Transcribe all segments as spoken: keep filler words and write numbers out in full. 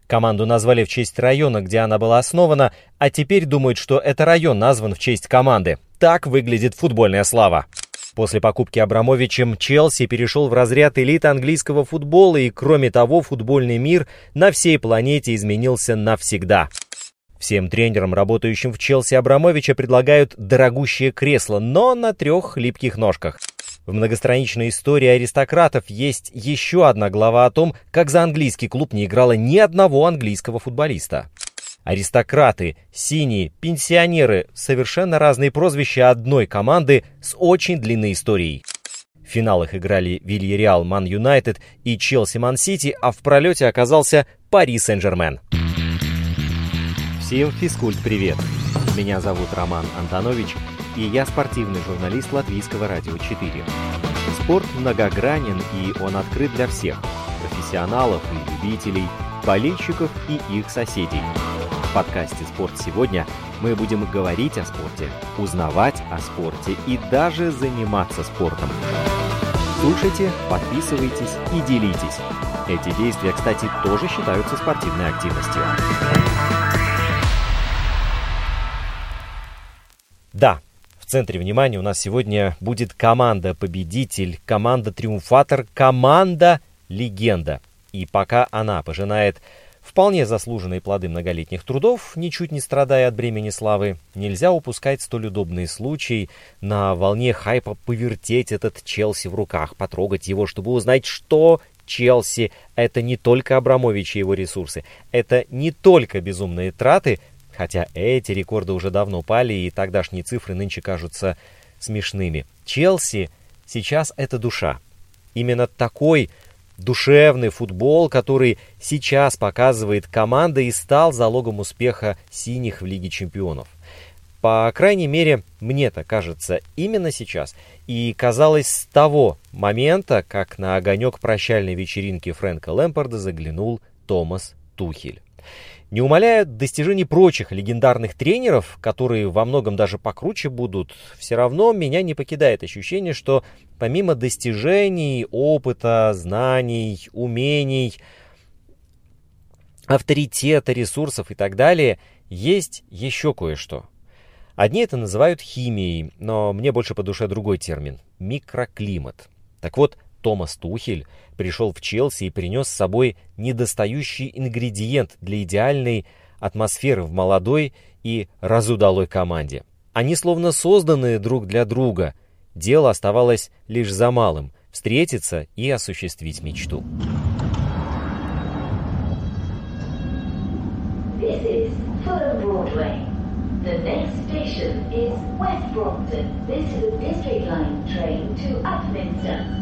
Команду назвали в честь района, где она была основана, а теперь думают, что это район назван в честь команды. Так выглядит футбольная слава. После покупки Абрамовичем Челси перешел в разряд элиты английского футбола, и кроме того, футбольный мир на всей планете изменился навсегда. Всем тренерам, работающим в Челси Абрамовича, предлагают дорогущее кресло, но на трех липких ножках. В многостраничной истории аристократов есть еще одна глава о том, как за английский клуб не играло ни одного английского футболиста. Аристократы, синие, пенсионеры – совершенно разные прозвища одной команды с очень длинной историей. В финалах играли Вильяреал, Ман Юнайтед и Челси Ман Сити, а в пролете оказался Пари Сен-Жермен. Всем физкульт-привет! Меня зовут Роман Антонович, и я спортивный журналист Латвийского радио четыре. Спорт многогранен, и он открыт для всех – профессионалов и любителей, болельщиков и их соседей. В подкасте «Спорт сегодня» мы будем говорить о спорте, узнавать о спорте и даже заниматься спортом. Слушайте, подписывайтесь и делитесь. Эти действия, кстати, тоже считаются спортивной активностью. Да, в центре внимания у нас сегодня будет команда-победитель, команда-триумфатор, команда-легенда. И пока она пожинает вполне заслуженные плоды многолетних трудов, ничуть не страдая от бремени славы, нельзя упускать столь удобный случай на волне хайпа повертеть этот Челси в руках, потрогать его, чтобы узнать, что Челси — это не только Абрамович и его ресурсы, это не только безумные траты, хотя эти рекорды уже давно пали, и тогдашние цифры нынче кажутся смешными. Челси сейчас — это душа. Именно такой душевный футбол, который сейчас показывает команда, и стал залогом успеха синих в Лиге чемпионов. По крайней мере, мне-то кажется именно сейчас. И казалось с того момента, как на огонек прощальной вечеринки Фрэнка Лэмпарда заглянул Томас Тухель. Не умаляя достижений прочих легендарных тренеров, которые во многом даже покруче будут, все равно меня не покидает ощущение, что помимо достижений, опыта, знаний, умений, авторитета, ресурсов и так далее, есть еще кое-что. Одни это называют химией, но мне больше по душе другой термин – микроклимат. Так вот, Томас Тухель пришел в Челси и принес с собой недостающий ингредиент для идеальной атмосферы в молодой и разудалой команде. Они словно созданы друг для друга. Дело оставалось лишь за малым – встретиться и осуществить мечту. This is Fulham Broadway. The next station is West Brompton. This is a District Line train to Upminster.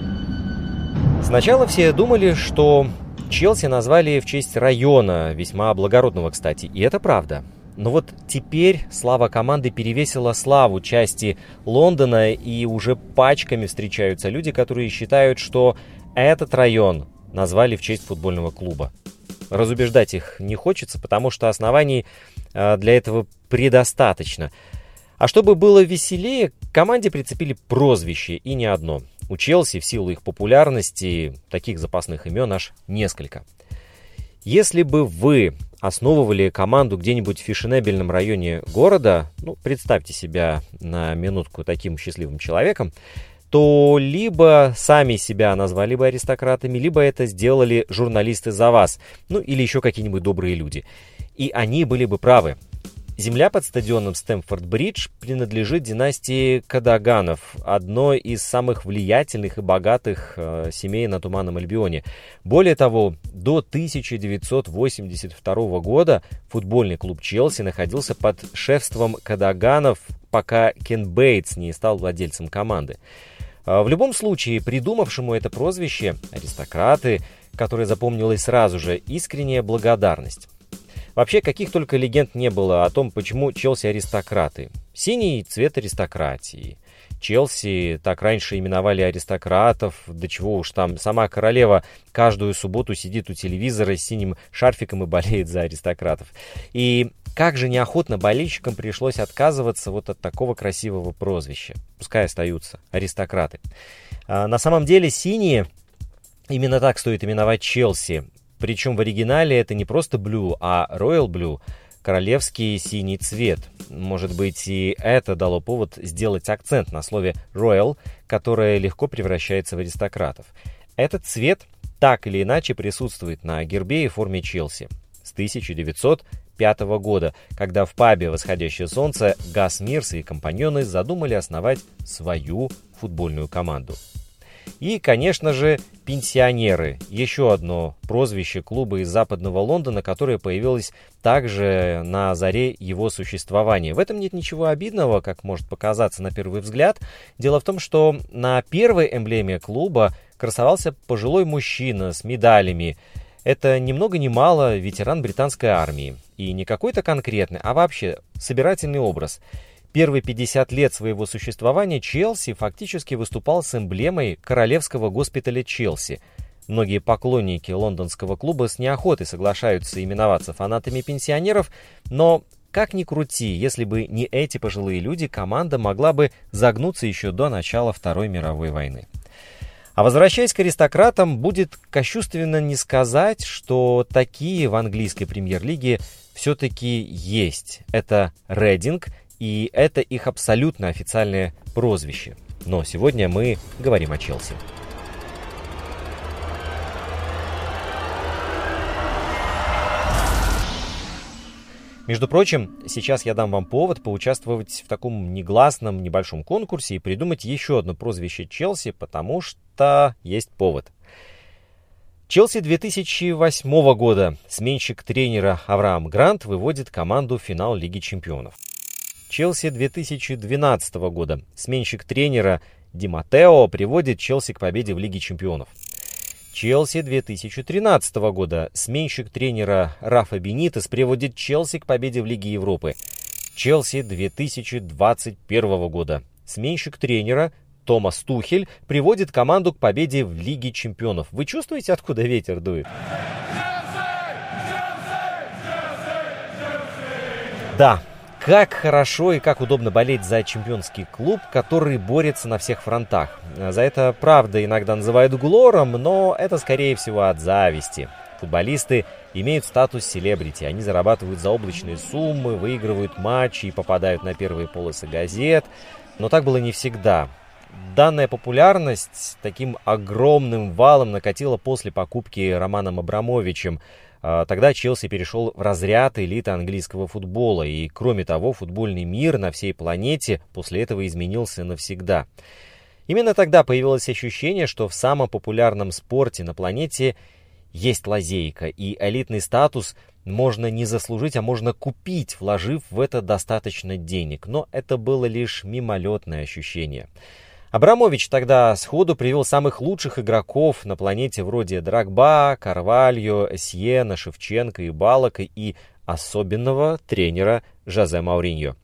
Сначала все думали, что Челси назвали в честь района, весьма благородного, кстати, и это правда. Но вот теперь слава команды перевесила славу части Лондона, и уже пачками встречаются люди, которые считают, что этот район назвали в честь футбольного клуба. Разубеждать их не хочется, потому что оснований для этого предостаточно. А чтобы было веселее, команде прицепили прозвище, и не одно. У Челси в силу их популярности таких запасных имен аж несколько. Если бы вы основывали команду где-нибудь в фешенебельном районе города, ну, представьте себя на минутку таким счастливым человеком, то либо сами себя назвали бы аристократами, либо это сделали журналисты за вас, ну или еще какие-нибудь добрые люди. И они были бы правы. Земля под стадионом Стэмфорд-Бридж принадлежит династии Кадаганов, одной из самых влиятельных и богатых э, семей на Туманном Альбионе. Более того, до тысяча девятьсот восемьдесят второго года футбольный клуб Челси находился под шефством Кадаганов, пока Кен Бейтс не стал владельцем команды. Э, в любом случае, придумавшему это прозвище аристократы, которое запомнилось сразу же, искренняя благодарность. Вообще, каких только легенд не было о том, почему Челси аристократы. Синий цвет аристократии. Челси так раньше именовали аристократов, да чего уж там, сама королева каждую субботу сидит у телевизора с синим шарфиком и болеет за аристократов. И как же неохотно болельщикам пришлось отказываться вот от такого красивого прозвища. Пускай остаются аристократы. А на самом деле синие, именно так стоит именовать Челси. Причем в оригинале это не просто blue, а royal blue, королевский синий цвет. Может быть, и это дало повод сделать акцент на слове royal, которое легко превращается в аристократов. Этот цвет так или иначе присутствует на гербе и форме Челси с тысяча девятьсот пятого года, когда в пабе «Восходящее солнце» Гас Мирс и компаньоны задумали основать свою футбольную команду. И, конечно же, пенсионеры. Еще одно прозвище клуба из западного Лондона, которое появилось также на заре его существования. В этом нет ничего обидного, как может показаться на первый взгляд. Дело в том, что на первой эмблеме клуба красовался пожилой мужчина с медалями. Это ни много ни мало ветеран британской армии. И не какой-то конкретный, а вообще собирательный образ. Первые пятьдесят лет своего существования Челси фактически выступал с эмблемой королевского госпиталя Челси. Многие поклонники лондонского клуба с неохотой соглашаются именоваться фанатами пенсионеров, но как ни крути, если бы не эти пожилые люди, команда могла бы загнуться еще до начала Второй мировой войны. А возвращаясь к аристократам, будет кощунственно не сказать, что такие в английской премьер-лиге все-таки есть. Это Рейдинг, и это их абсолютно официальное прозвище. Но сегодня мы говорим о Челси. Между прочим, сейчас я дам вам повод поучаствовать в таком негласном небольшом конкурсе и придумать еще одно прозвище Челси, потому что есть повод. Челси две тысячи восьмого года. Сменщик тренера Авраам Грант выводит команду в финал Лиги чемпионов. Челси две тысячи двенадцатого года. Сменщик тренера Ди Маттео приводит Челси к победе в Лиге чемпионов. Челси две тысячи тринадцатого года. Сменщик тренера Рафа Бенитес приводит Челси к победе в Лиге Европы. Челси две тысячи двадцать первого года. Сменщик тренера Томас Тухель приводит команду к победе в Лиге чемпионов. Вы чувствуете, откуда ветер дует? Да. Как хорошо и как удобно болеть за чемпионский клуб, который борется на всех фронтах. За это, правда, иногда называют глором, но это, скорее всего, от зависти. Футболисты имеют статус селебрити. Они зарабатывают заоблачные суммы, выигрывают матчи и попадают на первые полосы газет. Но так было не всегда. Данная популярность таким огромным валом накатила после покупки Романом Абрамовичем. Тогда Челси перешел в разряд элиты английского футбола, и, кроме того, футбольный мир на всей планете после этого изменился навсегда. Именно тогда появилось ощущение, что в самом популярном спорте на планете есть лазейка, и элитный статус можно не заслужить, а можно купить, вложив в это достаточно денег. Но это было лишь мимолетное ощущение. Абрамович тогда сходу привел самых лучших игроков на планете вроде Дрогба, Карвальо, Эссиена, Шевченко и Балака и особенного тренера Жозе Мауриньо.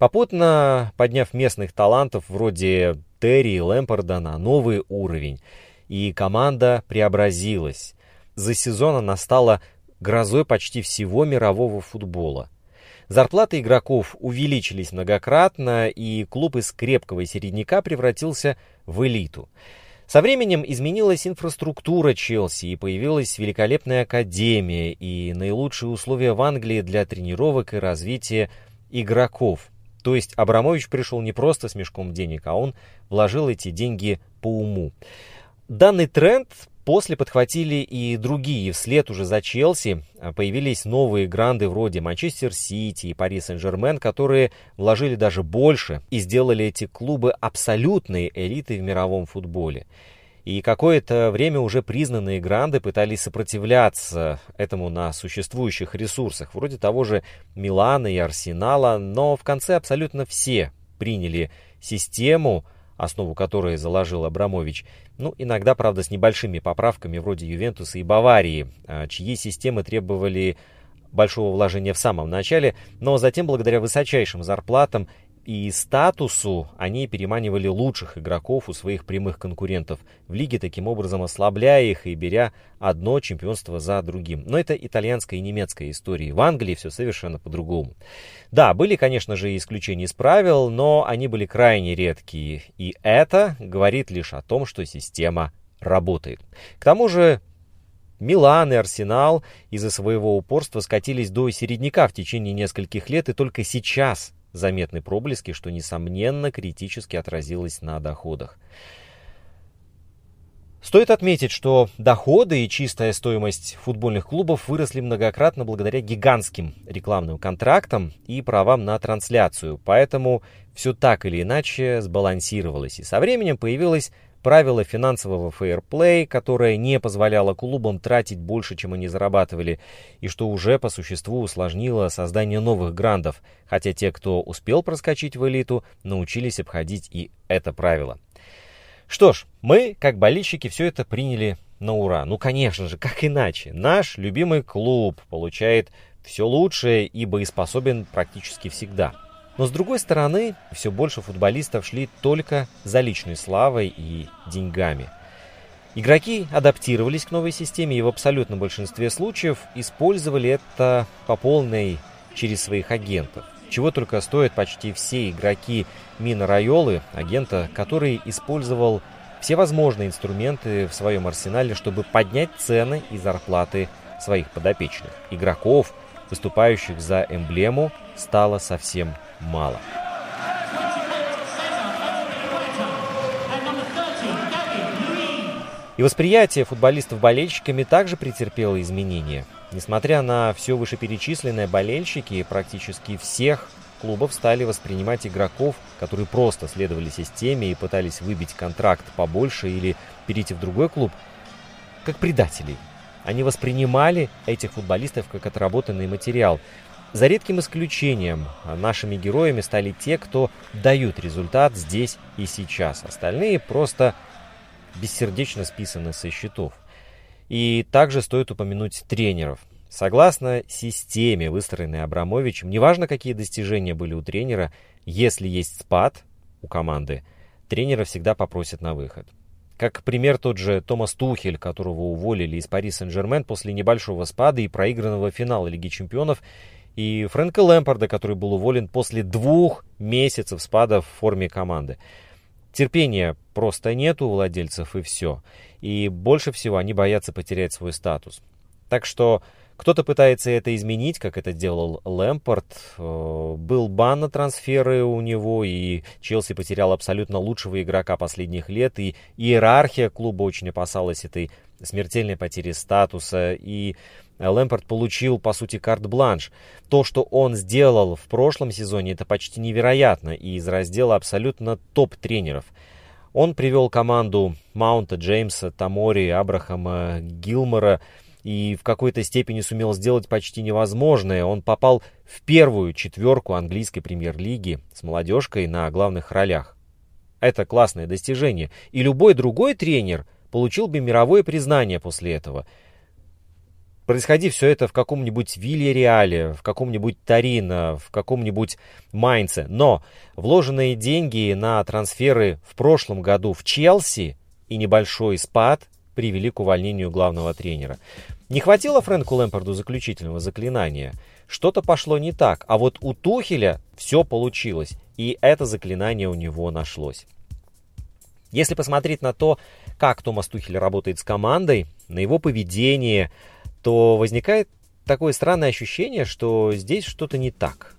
Попутно подняв местных талантов вроде Терри и Лэмпарда на новый уровень. И команда преобразилась. За сезон она стала грозой почти всего мирового футбола. Зарплаты игроков увеличились многократно, и клуб из крепкого середняка превратился в элиту. Со временем изменилась инфраструктура Челси, и появилась великолепная академия и наилучшие условия в Англии для тренировок и развития игроков. То есть Абрамович пришел не просто с мешком денег, а он вложил эти деньги по уму. Данный тренд после подхватили и другие. Вслед уже за Челси появились новые гранды вроде Манчестер Сити и Пари Сен-Жермен, которые вложили даже больше и сделали эти клубы абсолютной элитой в мировом футболе. И какое-то время уже признанные гранды пытались сопротивляться этому на существующих ресурсах, вроде того же Милана и Арсенала, но в конце абсолютно все приняли систему, основу которой заложил Абрамович. Ну, иногда, правда, с небольшими поправками, вроде Ювентуса и Баварии, чьи системы требовали большого вложения в самом начале, но затем, благодаря высочайшим зарплатам и статусу, они переманивали лучших игроков у своих прямых конкурентов в лиге, таким образом ослабляя их и беря одно чемпионство за другим. Но это итальянская и немецкая истории. В Англии все совершенно по-другому. Да, были, конечно же, исключения из правил, но они были крайне редкие. И это говорит лишь о том, что система работает. К тому же, Милан и Арсенал из-за своего упорства скатились до середняка в течение нескольких лет, и только сейчас заметны проблески, что, несомненно, критически отразилось на доходах. Стоит отметить, что доходы и чистая стоимость футбольных клубов выросли многократно благодаря гигантским рекламным контрактам и правам на трансляцию, поэтому все так или иначе сбалансировалось, и со временем появилось правило финансового фейерплей, которое не позволяло клубам тратить больше, чем они зарабатывали, и что уже по существу усложнило создание новых грандов, хотя те, кто успел проскочить в элиту, научились обходить и это правило. Что ж, мы, как болельщики, все это приняли на ура. Ну, конечно же, как иначе? Наш любимый клуб получает все лучшее и боеспособен практически всегда. Но, с другой стороны, все больше футболистов шли только за личной славой и деньгами. Игроки адаптировались к новой системе и в абсолютном большинстве случаев использовали это по полной через своих агентов. Чего только стоят почти все игроки Мина Райолы, агента, который использовал все возможные инструменты в своем арсенале, чтобы поднять цены и зарплаты своих подопечных. Игроков, выступающих за эмблему, стало совсем мало. И восприятие футболистов болельщиками также претерпело изменения. Несмотря на все вышеперечисленное, болельщики практически всех клубов стали воспринимать игроков, которые просто следовали системе и пытались выбить контракт побольше или перейти в другой клуб, как предателей. Они воспринимали этих футболистов как отработанный материал. За редким исключением нашими героями стали те, кто дают результат здесь и сейчас. Остальные просто бессердечно списаны со счетов. И также стоит упомянуть тренеров. Согласно системе, выстроенной Абрамовичем, неважно, какие достижения были у тренера, если есть спад у команды, тренера всегда попросят на выход. Как пример тот же Томас Тухель, которого уволили из Пари Сен-Жермен после небольшого спада и проигранного финала Лиги Чемпионов, и Фрэнка Лэмпарда, который был уволен после двух месяцев спада в форме команды. Терпения просто нет у владельцев, и все. И больше всего они боятся потерять свой статус. Так что кто-то пытается это изменить, как это делал Лэмпард. Был бан на трансферы у него, и Челси потерял абсолютно лучшего игрока последних лет. И иерархия клуба очень опасалась этой смертельной потери статуса. И Лэмпард получил, по сути, карт-бланш. То, что он сделал в прошлом сезоне, это почти невероятно. И из раздела абсолютно топ-тренеров. Он привел команду Маунта, Джеймса, Тамори, Абрахама, Гилмора и в какой-то степени сумел сделать почти невозможное. Он попал в первую четверку английской премьер-лиги с молодежкой на главных ролях. Это классное достижение. И любой другой тренер получил бы мировое признание после этого. Происходи все это в каком-нибудь Вильяреале, в каком-нибудь Торино, в каком-нибудь Майнце. Но вложенные деньги на трансферы в прошлом году в Челси и небольшой спад привели к увольнению главного тренера. Не хватило Фрэнку Лэмпарду заключительного заклинания. Что-то пошло не так. А вот у Тухеля все получилось. И это заклинание у него нашлось. Если посмотреть на то, как Томас Тухель работает с командой, на его поведение, то возникает такое странное ощущение, что здесь что-то не так.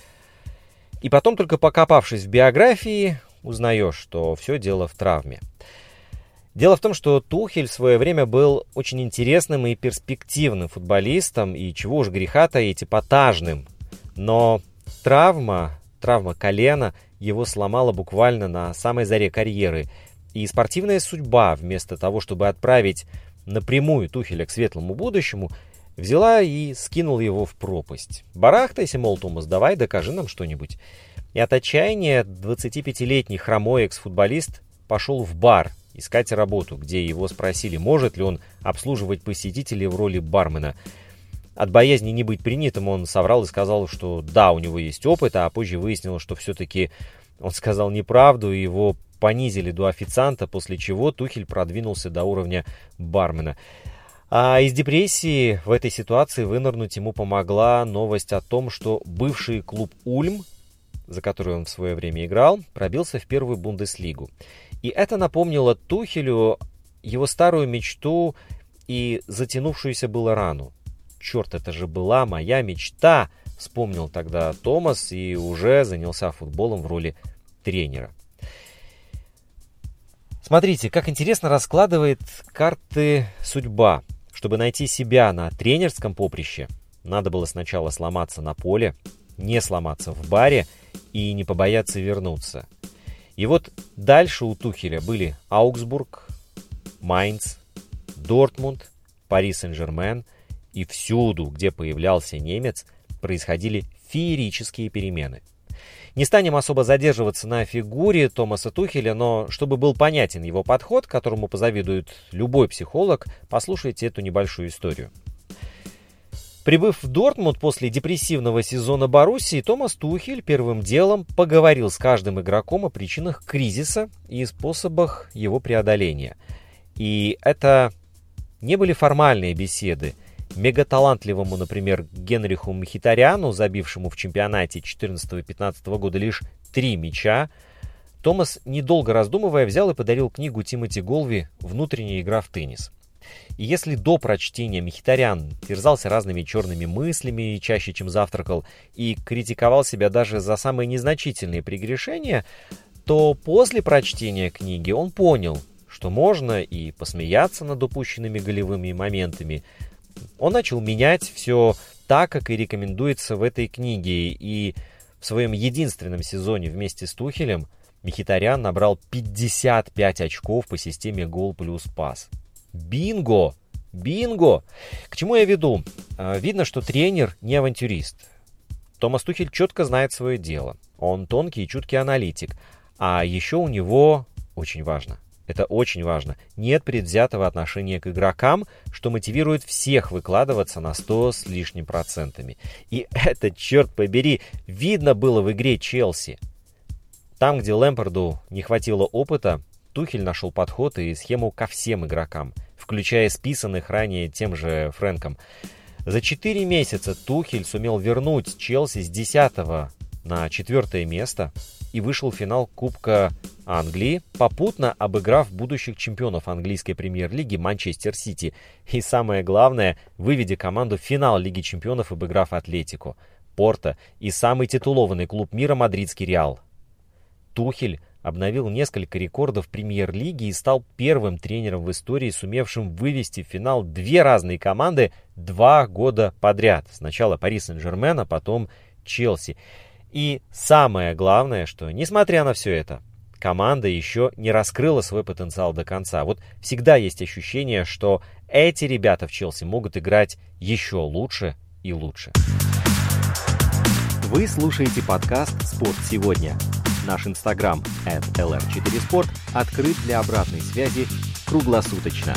И потом, только покопавшись в биографии, узнаешь, что все дело в травме. Дело в том, что Тухель в свое время был очень интересным и перспективным футболистом, и чего уж греха таить, эпатажным. Но травма, травма колена его сломала буквально на самой заре карьеры. И спортивная судьба, вместо того, чтобы отправить напрямую Тухеля к светлому будущему, взяла и скинула его в пропасть. Барахтайся, мол, Томас, давай докажи нам что-нибудь. И от отчаяния двадцатипятилетний хромой экс-футболист пошел в бар искать работу, где его спросили, может ли он обслуживать посетителей в роли бармена. От боязни не быть принятым он соврал и сказал, что да, у него есть опыт, а позже выяснилось, что все-таки он сказал неправду, и его понизили до официанта, после чего Тухель продвинулся до уровня бармена. А из депрессии в этой ситуации вынырнуть ему помогла новость о том, что бывший клуб Ульм, за который он в свое время играл, пробился в первую Бундеслигу. И это напомнило Тухелю его старую мечту и затянувшуюся было рану. «Черт, это же была моя мечта!» — вспомнил тогда Томас и уже занялся футболом в роли тренера. Смотрите, как интересно раскладывает карты судьба. Чтобы найти себя на тренерском поприще, надо было сначала сломаться на поле, не сломаться в баре и не побояться вернуться. И вот дальше у Тухеля были Аугсбург, Майнц, Дортмунд, Пари Сен-Жермен, и всюду, где появлялся немец, происходили феерические перемены. Не станем особо задерживаться на фигуре Томаса Тухеля, но чтобы был понятен его подход, которому позавидует любой психолог, послушайте эту небольшую историю. Прибыв в Дортмунд после депрессивного сезона Боруссии, Томас Тухель первым делом поговорил с каждым игроком о причинах кризиса и способах его преодоления. И это не были формальные беседы. Мегаталантливому, например, Генриху Мхитаряну, забившему в чемпионате четырнадцатого-пятнадцатого года лишь три мяча, Томас, недолго раздумывая, взял и подарил книгу Тимоти Голви «Внутренняя игра в теннис». И если до прочтения Мхитарян терзался разными черными мыслями чаще, чем завтракал, и критиковал себя даже за самые незначительные прегрешения, то после прочтения книги он понял, что можно и посмеяться над упущенными голевыми моментами. Он начал менять все так, как и рекомендуется в этой книге, и в своем единственном сезоне вместе с Тухелем Мхитарян набрал пятьдесят пять очков по системе гол плюс пас. Бинго! Бинго! К чему я веду? Видно, что тренер не авантюрист. Томас Тухель четко знает свое дело. Он тонкий и чуткий аналитик. А еще у него, очень важно, это очень важно, нет предвзятого отношения к игрокам, что мотивирует всех выкладываться на сто с лишним процентами. И это, черт побери, видно было в игре Челси. Там, где Лэмпарду не хватило опыта, Тухель нашел подход и схему ко всем игрокам, включая списанных ранее тем же Фрэнком. За четыре месяца Тухель сумел вернуть Челси с десятого на четвертое место и вышел в финал Кубка Англии, попутно обыграв будущих чемпионов английской премьер-лиги Манчестер Сити. И самое главное, выведя команду в финал Лиги чемпионов, обыграв Атлетико, Порто и самый титулованный клуб мира мадридский Реал. Тухель обновил несколько рекордов премьер-лиги и стал первым тренером в истории, сумевшим вывести в финал две разные команды два года подряд. Сначала Пари Сен-Жермен, а потом Челси. И самое главное, что, несмотря на все это, команда еще не раскрыла свой потенциал до конца. Вот всегда есть ощущение, что эти ребята в Челси могут играть еще лучше и лучше. Вы слушаете подкаст «Спорт сегодня». Наш инстаграм эт эл эр четыре спорт открыт для обратной связи круглосуточно.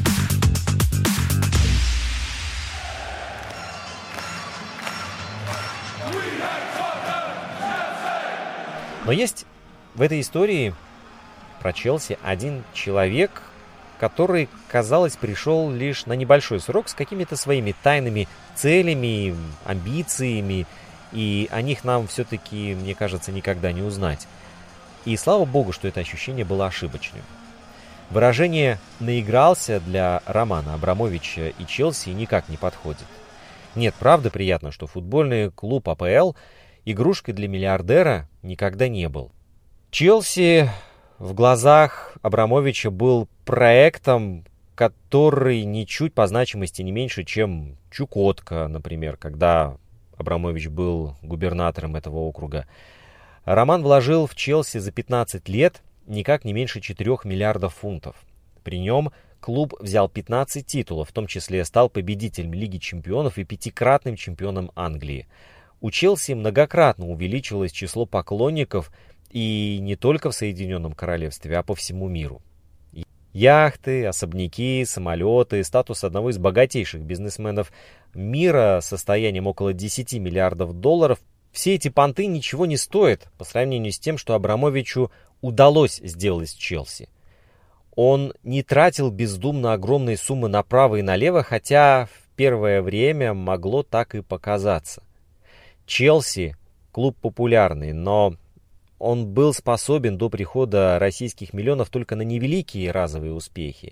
Но есть в этой истории про Челси один человек, который, казалось, пришел лишь на небольшой срок с какими-то своими тайными целями, амбициями, и о них нам все-таки, мне кажется, никогда не узнать. И слава богу, что это ощущение было ошибочным. Выражение «наигрался» для Романа Абрамовича и Челси никак не подходит. Нет, правда приятно, что футбольный клуб а пэ эл игрушкой для миллиардера никогда не был. Челси в глазах Абрамовича был проектом, который ничуть по значимости не меньше, чем Чукотка, например, когда Абрамович был губернатором этого округа. Роман вложил в Челси за пятнадцать лет никак не меньше четырёх миллиардов фунтов. При нем клуб взял пятнадцать титулов, в том числе стал победителем Лиги чемпионов и пятикратным чемпионом Англии. У Челси многократно увеличилось число поклонников и не только в Соединенном Королевстве, а по всему миру. Яхты, особняки, самолеты, статус одного из богатейших бизнесменов мира состоянием около десяти миллиардов долларов. Все эти понты ничего не стоят по сравнению с тем, что Абрамовичу удалось сделать с Челси. Он не тратил бездумно огромные суммы направо и налево, хотя в первое время могло так и показаться. Челси – клуб популярный, но он был способен до прихода российских миллионов только на невеликие разовые успехи.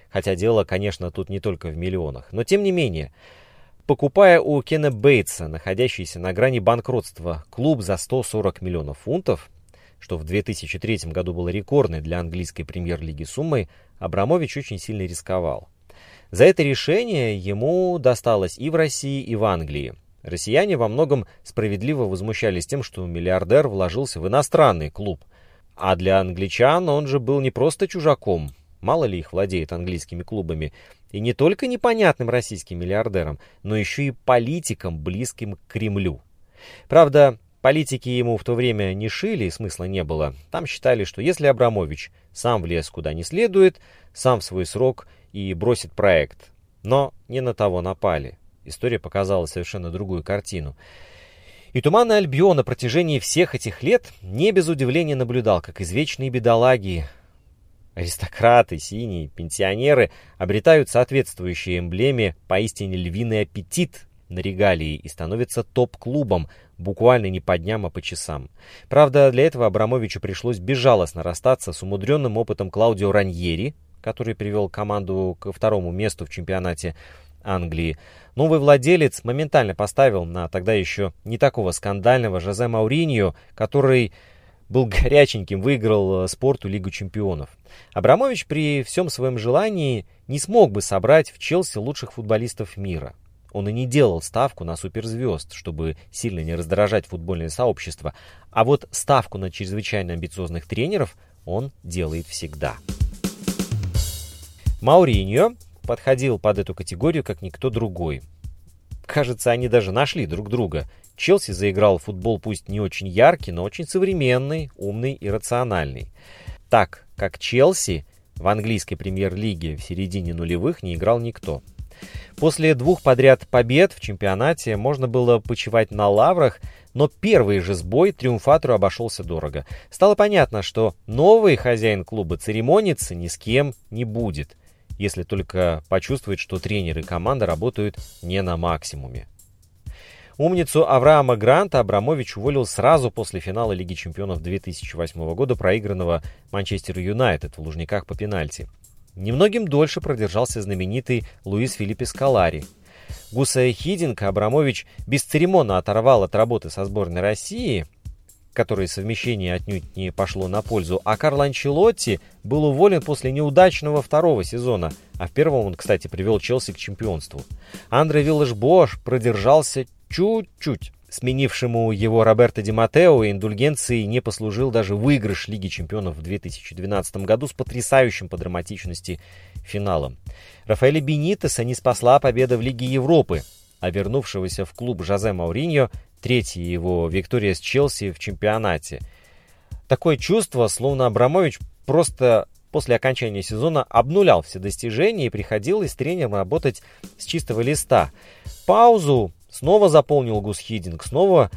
Хотя дело, конечно, тут не только в миллионах. Но тем не менее, покупая у Кена Бейтса, находящийся на грани банкротства, клуб за сто сорок миллионов фунтов, что в две тысячи третьем году было рекордной для английской премьер-лиги суммой, Абрамович очень сильно рисковал. За это решение ему досталось и в России, и в Англии. Россияне во многом справедливо возмущались тем, что миллиардер вложился в иностранный клуб. А для англичан он же был не просто чужаком, мало ли их владеет английскими клубами, и не только непонятным российским миллиардером, но еще и политиком, близким к Кремлю. Правда, политики ему в то время не шили, смысла не было. Там считали, что если Абрамович сам влез куда не следует, сам в свой срок и бросит проект. Но не на того напали. История показала совершенно другую картину. И Туманный Альбион на протяжении всех этих лет не без удивления наблюдал, как извечные бедолаги, аристократы, синие, пенсионеры обретают соответствующие эмблеме поистине львиный аппетит на регалии и становятся топ-клубом, буквально не по дням, а по часам. Правда, для этого Абрамовичу пришлось безжалостно расстаться с умудренным опытом Клаудио Раньери, который привел команду ко второму месту в чемпионате Англии. Новый владелец моментально поставил на тогда еще не такого скандального Жозе Мауриньо, который был горяченьким, выиграл Спорту Лигу чемпионов. Абрамович при всем своем желании не смог бы собрать в Челси лучших футболистов мира. Он и не делал ставку на суперзвезд, чтобы сильно не раздражать футбольное сообщество. А вот ставку на чрезвычайно амбициозных тренеров он делает всегда. Мауриньо подходил под эту категорию как никто другой. Кажется, они даже нашли друг друга. Челси заиграл в футбол пусть не очень яркий, но очень современный, умный и рациональный. Так, как Челси в английской премьер-лиге в середине нулевых не играл никто. После двух подряд побед в чемпионате можно было почивать на лаврах, но первый же сбой триумфатору обошелся дорого. Стало понятно, что новый хозяин клуба церемониться ни с кем не будет, если только почувствует, что тренер и команда работают не на максимуме. Умницу Авраама Гранта Абрамович уволил сразу после финала Лиги чемпионов две тысячи восьмого года, проигранного Манчестер Юнайтед в Лужниках по пенальти. Немногим дольше продержался знаменитый Луис Филиппе Сколари. Гуса Хидинга Абрамович бесцеремонно оторвал от работы со сборной России, которой совмещение отнюдь не пошло на пользу, а Карло Анчелотти был уволен после неудачного второго сезона, а в первом он, кстати, привел Челси к чемпионству. Андре Виллаш-Бош продержался чуть-чуть. Сменившему его Роберто Ди Маттео индульгенцией не послужил даже выигрыш Лиги чемпионов в две тысячи двенадцатом году с потрясающим по драматичности финалом. Рафаэля Бенитеса не спасла победа в Лиге Европы, а вернувшегося в клуб Жозе Мауриньо третья его виктория с Челси в чемпионате. Такое чувство, словно Абрамович просто после окончания сезона обнулял все достижения и приходилось тренером работать с чистого листа. Паузу снова заполнил Гус Хидинг, снова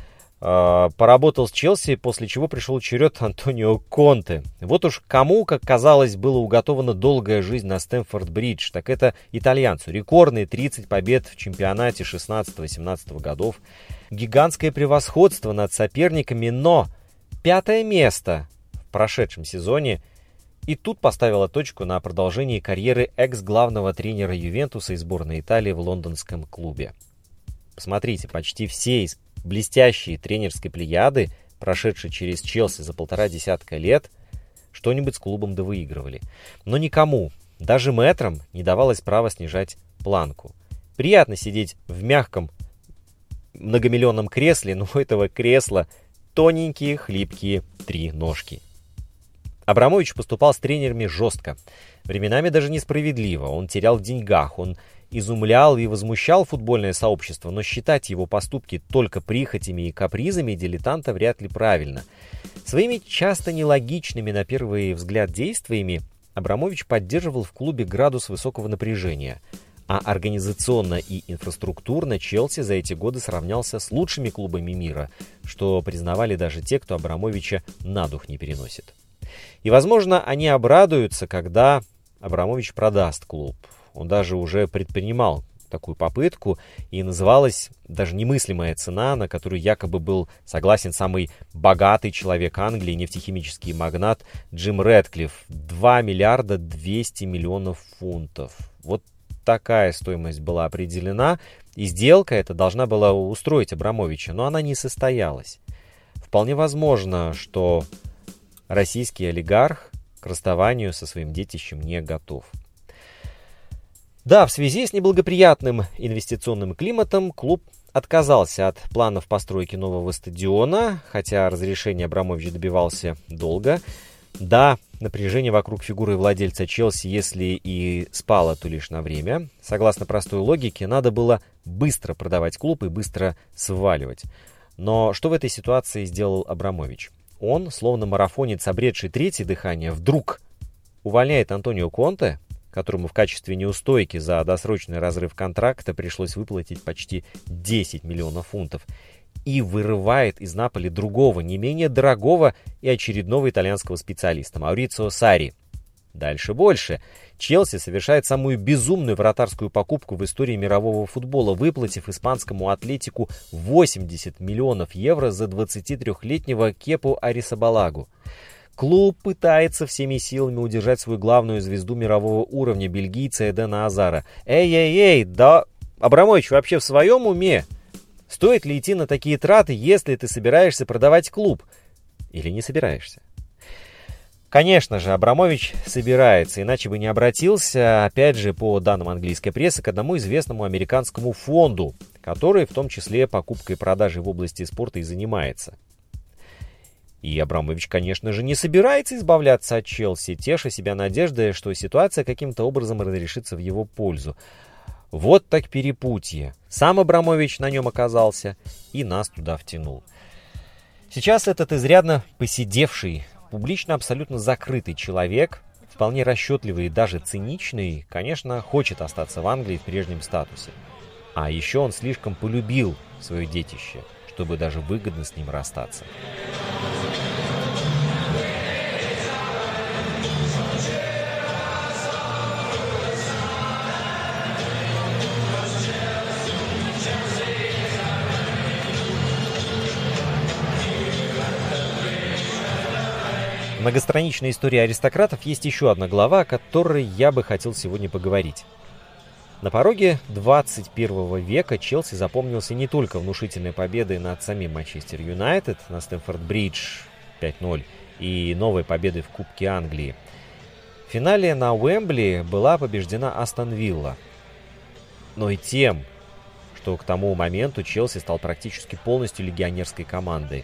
э, поработал с Челси, после чего пришел черед Антонио Конте. Вот уж кому, как казалось, было уготована долгая жизнь на Стэмфорд-Бридж, так это итальянцу. Рекордные тридцать побед в чемпионате шестнадцатого-семнадцатого годов. Гигантское превосходство над соперниками, но пятое место в прошедшем сезоне. И тут поставила точку на продолжении карьеры экс-главного тренера Ювентуса и сборной Италии в лондонском клубе. Посмотрите, почти все блестящие тренерской плеяды, прошедшие через Челси за полтора десятка лет, что-нибудь с клубом довыигрывали. Но никому, даже мэтрам, не давалось права снижать планку. Приятно сидеть в мягком многомиллионном кресле, но у этого кресла тоненькие, хлипкие три ножки. Абрамович поступал с тренерами жестко, временами даже несправедливо. Он терял в деньгах, он изумлял и возмущал футбольное сообщество, но считать его поступки только прихотями и капризами дилетанта вряд ли правильно. Своими часто нелогичными на первый взгляд действиями Абрамович поддерживал в клубе градус высокого напряжения, а организационно и инфраструктурно Челси за эти годы сравнялся с лучшими клубами мира, что признавали даже те, кто Абрамовича на дух не переносит. И, возможно, они обрадуются, когда Абрамович продаст клуб. Он даже уже предпринимал такую попытку, и называлась даже немыслимая цена, на которую якобы был согласен самый богатый человек Англии, нефтехимический магнат Джим Рэдклифф. два миллиарда двести миллионов фунтов. Вот такая стоимость была определена, и сделка эта должна была устроить Абрамовича, но она не состоялась. Вполне возможно, что российский олигарх к расставанию со своим детищем не готов. Да, в связи с неблагоприятным инвестиционным климатом клуб отказался от планов постройки нового стадиона, хотя разрешение Абрамович добивался долго. Да, напряжение вокруг фигуры владельца Челси, если и спало, то лишь на время. Согласно простой логике, надо было быстро продавать клуб и быстро сваливать. Но что в этой ситуации сделал Абрамович? Он, словно марафонец, обретший третье дыхание, вдруг увольняет Антонио Конте, которому в качестве неустойки за досрочный разрыв контракта пришлось выплатить почти десять миллионов фунтов, и вырывает из Наполи другого, не менее дорогого и очередного итальянского специалиста, Маурицио Сарри. Дальше больше. Челси совершает самую безумную вратарскую покупку в истории мирового футбола, выплатив испанскому Атлетику восемьдесят миллионов евро за двадцатитрёхлетнего Кепу Арисабалагу. Клуб пытается всеми силами удержать свою главную звезду мирового уровня, бельгийца Эдена Азара. Эй-эй-эй, да Абрамович вообще в своем уме? Стоит ли идти на такие траты, если ты собираешься продавать клуб? Или не собираешься? Конечно же, Абрамович собирается, иначе бы не обратился, опять же, по данным английской прессы, к одному известному американскому фонду, который в том числе покупкой и продажей в области спорта и занимается. И Абрамович, конечно же, не собирается избавляться от Челси, теша себя надеждой, что ситуация каким-то образом разрешится в его пользу. Вот так перепутье. Сам Абрамович на нем оказался и нас туда втянул. Сейчас этот изрядно поседевший, публично абсолютно закрытый человек, вполне расчетливый и даже циничный, конечно, хочет остаться в Англии в прежнем статусе. А еще он слишком полюбил свое детище, чтобы даже выгодно с ним расстаться. В многостраничной истории аристократов есть еще одна глава, о которой я бы хотел сегодня поговорить. На пороге двадцать первого века Челси запомнился не только внушительной победой над самим Манчестер Юнайтед на Стэмфорд-Бридж пять ноль и новой победой в Кубке Англии. В финале на Уэмбли была побеждена Астон Вилла, но и тем, что к тому моменту Челси стал практически полностью легионерской командой.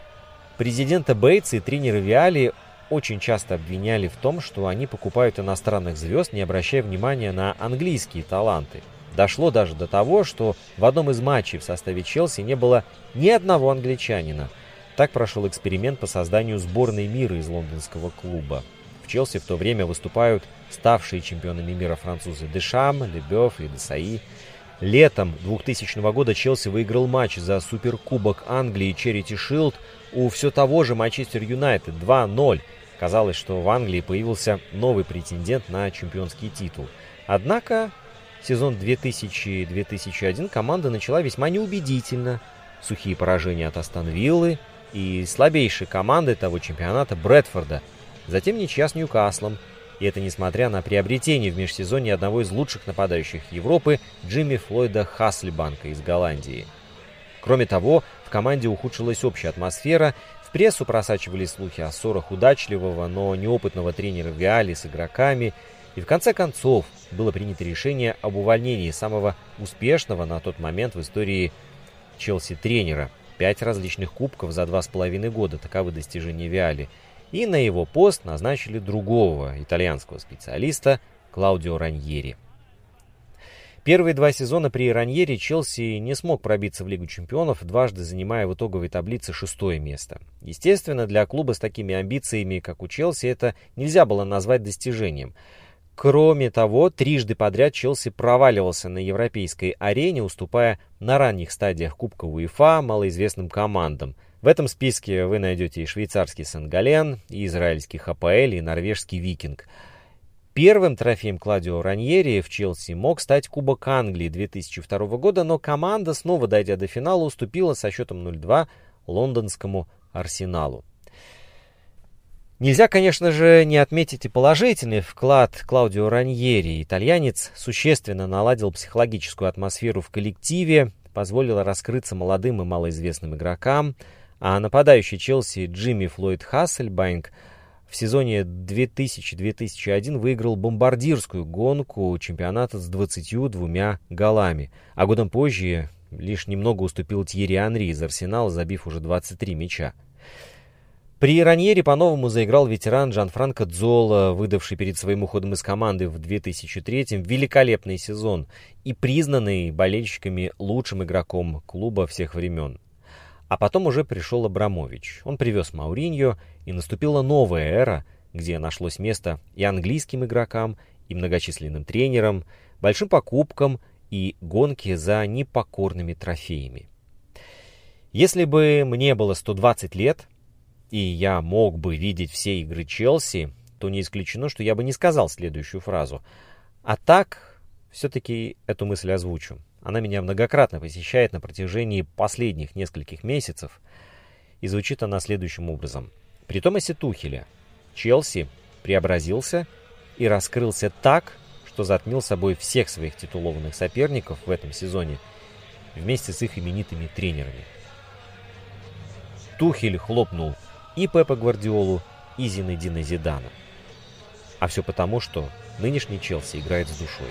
Президента Бейтса и тренера Виали очень часто обвиняли в том, что они покупают иностранных звезд, не обращая внимания на английские таланты. Дошло даже до того, что в одном из матчей в составе Челси не было ни одного англичанина. Так прошел эксперимент по созданию сборной мира из лондонского клуба. В Челси в то время выступают ставшие чемпионами мира французы Дешам, Лебёв и Десаи. Летом двухтысячного года Челси выиграл матч за Суперкубок Англии Charity Shield у все того же Манчестер Юнайтед два ноль. Казалось, что в Англии появился новый претендент на чемпионский титул. Однако сезон две тысячи - две тысячи один команда начала весьма неубедительно. Сухие поражения от Астон Виллы и слабейшей команды того чемпионата Брэдфорда. Затем ничья с Ньюкаслом. И это несмотря на приобретение в межсезонье одного из лучших нападающих Европы Джимми Флойда Хаслибанка из Голландии. Кроме того, в команде ухудшилась общая атмосфера, в прессу просачивались слухи о ссорах удачливого, но неопытного тренера Виали с игроками, и в конце концов было принято решение об увольнении самого успешного на тот момент в истории Челси тренера. Пять различных кубков за два с половиной года, таковы достижения Виали. И на его пост назначили другого итальянского специалиста Клаудио Раньери. Первые два сезона при Раньери Челси не смог пробиться в Лигу чемпионов, дважды занимая в итоговой таблице шестое место. Естественно, для клуба с такими амбициями, как у Челси, это нельзя было назвать достижением. Кроме того, трижды подряд Челси проваливался на европейской арене, уступая на ранних стадиях Кубка УЕФА малоизвестным командам. В этом списке вы найдете и швейцарский Сен-Гален, и израильский ХПЛ, и норвежский Викинг. Первым трофеем Клаудио Раньери в Челси мог стать Кубок Англии две тысячи второго года, но команда, снова дойдя до финала, уступила со счетом ноль-два лондонскому Арсеналу. Нельзя, конечно же, не отметить и положительный вклад Клаудио Раньери. Итальянец существенно наладил психологическую атмосферу в коллективе, позволил раскрыться молодым и малоизвестным игрокам, а нападающий Челси Джимми Флойд Хассельбанк в сезоне две тысячи — две тысячи один выиграл бомбардирскую гонку чемпионата с двадцатью двумя голами, а годом позже лишь немного уступил Тьерри Анри из Арсенала, забив уже двадцать три мяча. При Раньери по-новому заиграл ветеран Джанфранко Дзола, выдавший перед своим уходом из команды в две тысячи третьем великолепный сезон и признанный болельщиками лучшим игроком клуба всех времен. А потом уже пришел Абрамович. Он привез Мауриньо, и наступила новая эра, где нашлось место и английским игрокам, и многочисленным тренерам, большим покупкам и гонке за непокорными трофеями. Если бы мне было сто двадцать лет, и я мог бы видеть все игры Челси, то не исключено, что я бы не сказал следующую фразу. А так, все-таки эту мысль озвучу. Она меня многократно посещает на протяжении последних нескольких месяцев, и звучит она следующим образом. При Томасе Тухеле Челси преобразился и раскрылся так, что затмил собой всех своих титулованных соперников в этом сезоне вместе с их именитыми тренерами. Тухель хлопнул и Пепа Гвардиолу, и Зинедина Зидана. А все потому, что нынешний Челси играет с душой.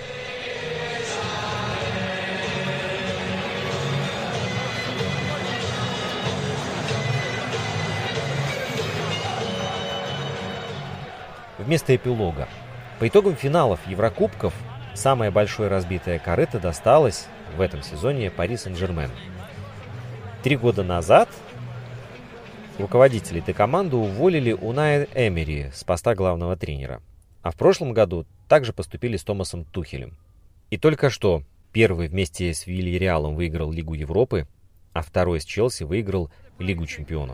Вместо эпилога. По итогам финалов Еврокубков самое большое разбитое корыто досталось в этом сезоне Пари Сен-Жермен. Три года назад руководители этой команды уволили Уная Эмери с поста главного тренера. А в прошлом году также поступили с Томасом Тухелем. И только что первый вместе с Вильяреалом выиграл Лигу Европы, а второй с Челси выиграл Лигу чемпионов.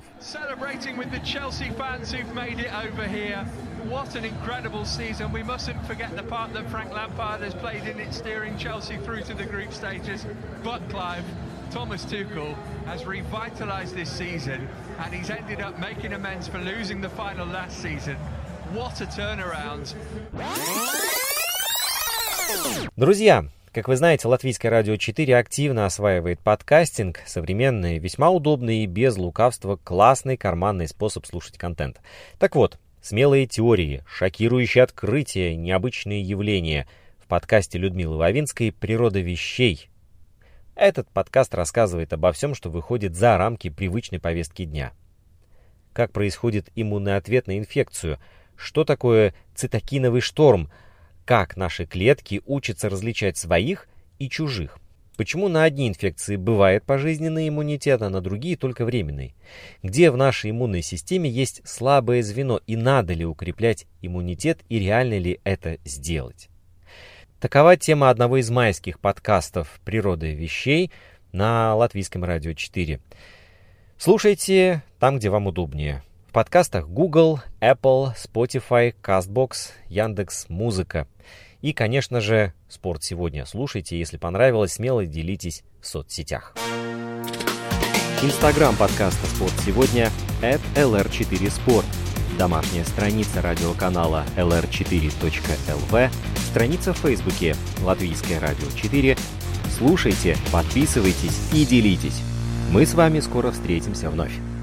Thomas Tuchel has revitalized this season and he's ended up making amends for losing the final last season. What a turnaround. Друзья, как вы знаете, Латвийское радио четыре активно осваивает подкастинг, современный, весьма удобный и без лукавства классный карманный способ слушать контент. Так вот, смелые теории, шокирующие открытия, необычные явления в подкасте Людмилы Вавинской «Природа вещей». Этот подкаст рассказывает обо всем, что выходит за рамки привычной повестки дня. Как происходит иммунный ответ на инфекцию, что такое цитокиновый шторм, как наши клетки учатся различать своих и чужих, почему на одни инфекции бывает пожизненный иммунитет, а на другие только временный, где в нашей иммунной системе есть слабое звено и надо ли укреплять иммунитет и реально ли это сделать. Такова тема одного из майских подкастов «Природа вещей» на Латвийском радио четыре. Слушайте там, где вам удобнее. В подкастах Google, Apple, Spotify, CastBox, Яндекс.Музыка. И, конечно же, «Спорт сегодня». Слушайте, если понравилось, смело делитесь в соцсетях. Инстаграм подкаста «Спорт сегодня» эт эл эр четыре спорт. Домашняя страница радиоканала эл эр четыре точка эл ви, страница в Фейсбуке Латвийское радио четыре. Слушайте, подписывайтесь и делитесь. Мы с вами скоро встретимся вновь.